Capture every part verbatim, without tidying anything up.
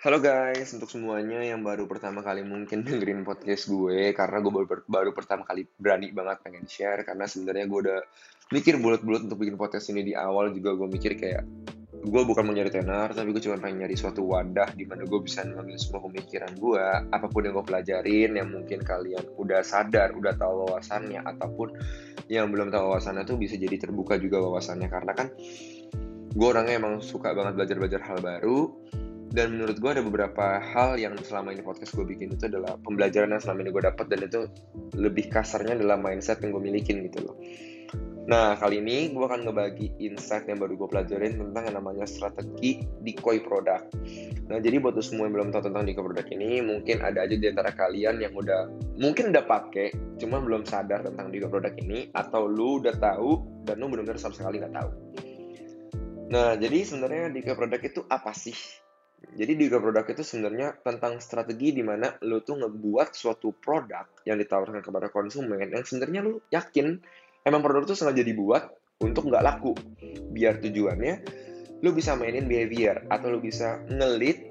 Halo guys, untuk semuanya yang baru pertama kali mungkin dengerin podcast gue, karena gue baru, baru pertama kali berani banget pengen share, karena sebenarnya gue udah mikir bulat-bulat untuk bikin podcast ini. Di awal juga gue mikir kayak, gue bukan mau nyari tenar, tapi gue cuma pengen nyari suatu wadah di mana gue bisa ngambil semua pemikiran gue, apapun yang gue pelajarin, yang mungkin kalian udah sadar, udah tahu wawasannya, ataupun yang belum tahu wawasannya tuh bisa jadi terbuka juga wawasannya, karena kan gue orangnya emang suka banget belajar-belajar hal baru. Dan menurut gue ada beberapa hal yang selama ini podcast gue bikin itu adalah pembelajaran yang selama ini gue dapat, dan itu lebih kasarnya adalah mindset yang gue milikin gitu loh. Nah, kali ini gue akan ngebagi insight yang baru gue pelajarin tentang yang namanya strategi decoy product. Nah, jadi buat lo semua yang belum tahu tentang decoy product ini, mungkin ada aja di antara kalian yang udah mungkin udah pakai, cuma belum sadar tentang decoy product ini, atau lu udah tahu dan lu benar-benar sama sekali nggak tahu. Nah, jadi sebenarnya decoy product itu apa sih? Jadi decoy product itu sebenarnya tentang strategi di mana lo tuh ngebuat suatu produk yang ditawarkan kepada konsumen yang sebenarnya lo yakin emang produk itu sengaja dibuat untuk nggak laku. Biar tujuannya lo bisa mainin behavior atau lo bisa ngelit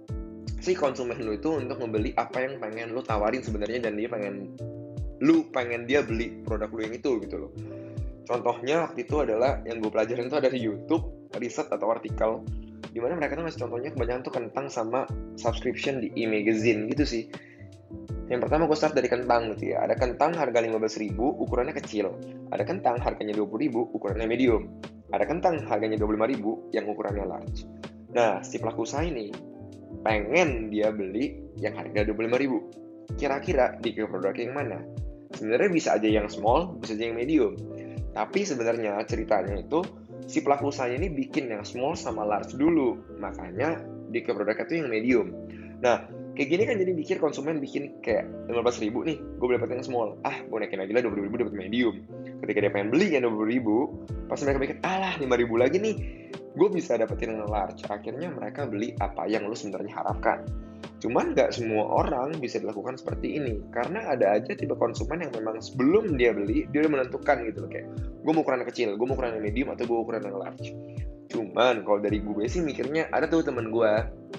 si konsumen lo itu untuk membeli apa yang pengen lo tawarin sebenarnya, dan dia pengen lo pengen dia beli produk lo yang itu gitu loh. Contohnya waktu itu adalah yang gue pelajarin itu ada di YouTube, riset atau artikel, dimana mereka tuh ngasih contohnya kebanyakan tuh kentang sama subscription di e-magazine gitu sih. Yang pertama gue start dari kentang gitu ya. Ada kentang harga lima belas ribu, ukurannya kecil. Ada kentang harganya dua puluh ribu, ukurannya medium. Ada kentang harganya dua puluh lima ribu, yang ukurannya large. Nah, si pelaku usaha ini pengen dia beli yang harga dua puluh lima ribu. Kira-kira di produk yang mana? Sebenarnya bisa aja yang small, bisa aja yang medium. Tapi sebenarnya ceritanya itu si pelaku usahanya ini bikin yang small sama large dulu, makanya di ke produknya itu yang medium. Nah, kayak gini kan jadi mikir konsumen bikin kayak lima belas ribu nih, gue beli dapat yang small, ah gue naikin lagi lah dua puluh ribu dapat medium. Ketika dia pengen beli yang dua puluh ribu, pasti mereka mikir, alah lima ribu lagi nih, gue bisa dapetin yang large. Akhirnya mereka beli apa yang lu sebenarnya harapkan. Cuman nggak semua orang bisa dilakukan seperti ini, karena ada aja tipe konsumen yang memang sebelum dia beli, dia udah menentukan gitu loh, kayak gue mau ukuran kecil, gue mau ukuran yang medium, atau gue ukuran yang large. Cuman kalau dari gue sih mikirnya, ada tuh temen gue,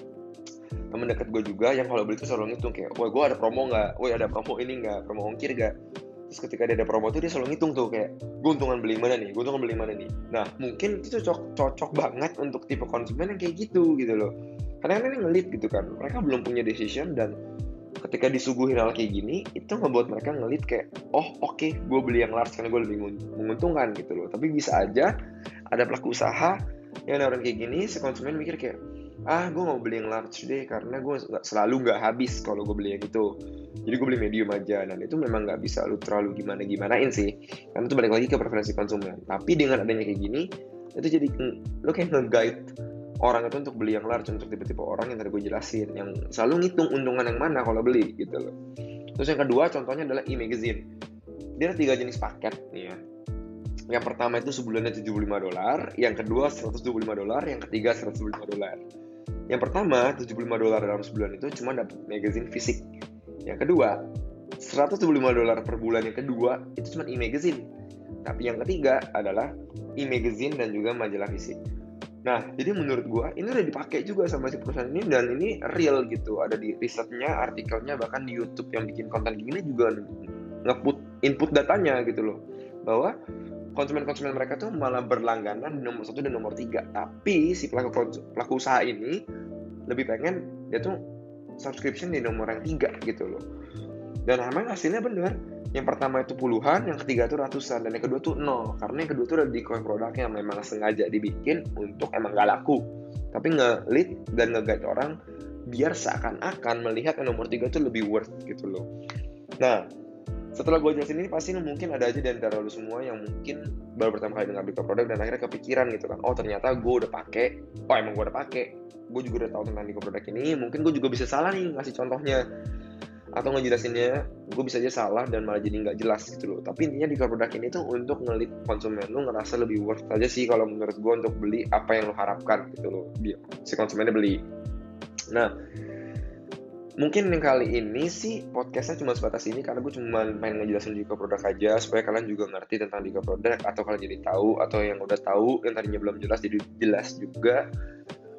temen deket gue juga yang kalau beli tuh selalu ngitung kayak, wah gue ada promo nggak, wah ada promo ini nggak, promo ongkir nggak. Terus ketika dia ada promo tuh dia selalu ngitung tuh kayak, gue untungan beli mana nih, gue untungan beli mana nih. Nah mungkin itu cocok, cocok banget untuk tipe konsumen yang kayak gitu gitu loh. Karena kan ini ngelit gitu kan, mereka belum punya decision, dan ketika disuguhin hal kayak gini, itu ngebuat mereka ngelit kayak, oh oke, okay, gue beli yang large karena gue lebih menguntungkan gitu loh. Tapi bisa aja ada pelaku usaha yang nawarin kayak gini, si konsumen mikir kayak, ah gue mau beli yang large deh karena gue gak, selalu nggak habis kalau gue beli yang itu. Jadi gue beli medium aja, dan itu memang nggak bisa lu terlalu gimana-gimanain sih, karena itu balik lagi ke preferensi konsumen. Tapi dengan adanya kayak gini, itu jadi lu kayak nge-guide orang itu untuk beli yang large, untuk tipe-tipe orang yang tadi gue jelasin, yang selalu ngitung untungan yang mana kalau beli gitu loh. Terus yang kedua contohnya adalah e-magazine. Dia ada tiga jenis paket nih ya. Yang pertama itu sebulannya tujuh puluh lima dolar, yang kedua seratus dua puluh lima dolar, yang ketiga seratus dua puluh lima dolar. Yang pertama tujuh puluh lima dolar dalam sebulan itu cuma dapat magazine fisik. Yang kedua seratus dua puluh lima dolar per bulan, yang kedua itu cuma e-magazine. Tapi yang ketiga adalah e-magazine dan juga majalah fisik. Nah, jadi menurut gue ini udah dipakai juga sama si perusahaan ini, dan ini real gitu. Ada di risetnya, artikelnya, bahkan di YouTube yang bikin konten gini juga nge-put input datanya gitu loh, bahwa konsumen-konsumen mereka tuh malah berlangganan di nomor satu dan nomor tiga. Tapi si pelaku pelaku usaha ini lebih pengen dia tuh subscription di nomor yang tiga gitu loh. Dan emang hasilnya bener. Yang pertama itu puluhan, yang ketiga itu ratusan, dan yang kedua tuh nol. Karena yang kedua tuh udah decoy produknya yang memang sengaja dibikin untuk emang gak laku, tapi nge-lead dan nge-guide orang biar seakan-akan melihat yang nomor tiga tuh lebih worth gitu loh. Nah, setelah gue jelasin ini, pasti mungkin ada aja di antara lu semua yang mungkin baru pertama kali dengar decoy produk dan akhirnya kepikiran gitu kan, oh ternyata gue udah pakai, oh emang gue udah pakai, gue juga udah tahu tentang decoy produk ini, mungkin gue juga bisa salah nih ngasih contohnya atau ngejelasinnya, gue bisa aja salah dan malah jadi nggak jelas gitu loh. Tapi intinya di produk ini tuh untuk ngelit konsumen lu ngerasa lebih worth aja sih kalau menurut gue untuk beli apa yang lu harapkan gitu loh, biar si konsumennya beli. Nah, mungkin yang kali ini sih podcastnya cuma sebatas ini, karena gue cuma pengen ngejelasin di produk aja supaya kalian juga ngerti tentang di produk, atau kalian jadi tahu, atau yang udah tahu yang tadinya belum jelas jadi jelas juga.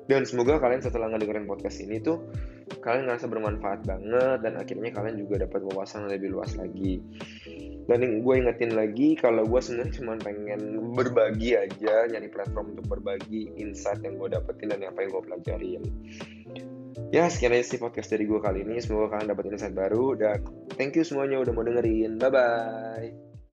Dan semoga kalian setelah ngedengerin podcast ini tuh kalian ngerasa bermanfaat banget dan akhirnya kalian juga dapat wawasan yang lebih luas lagi. Dan gue ingetin lagi kalau gue sebenarnya cuma pengen berbagi aja, nyari platform untuk berbagi insight yang gue dapetin dan apa yang gue pelajarin. Ya, sekian aja sih podcast dari gue kali ini. Semoga kalian dapat insight baru dan thank you semuanya udah mau dengerin. Bye bye.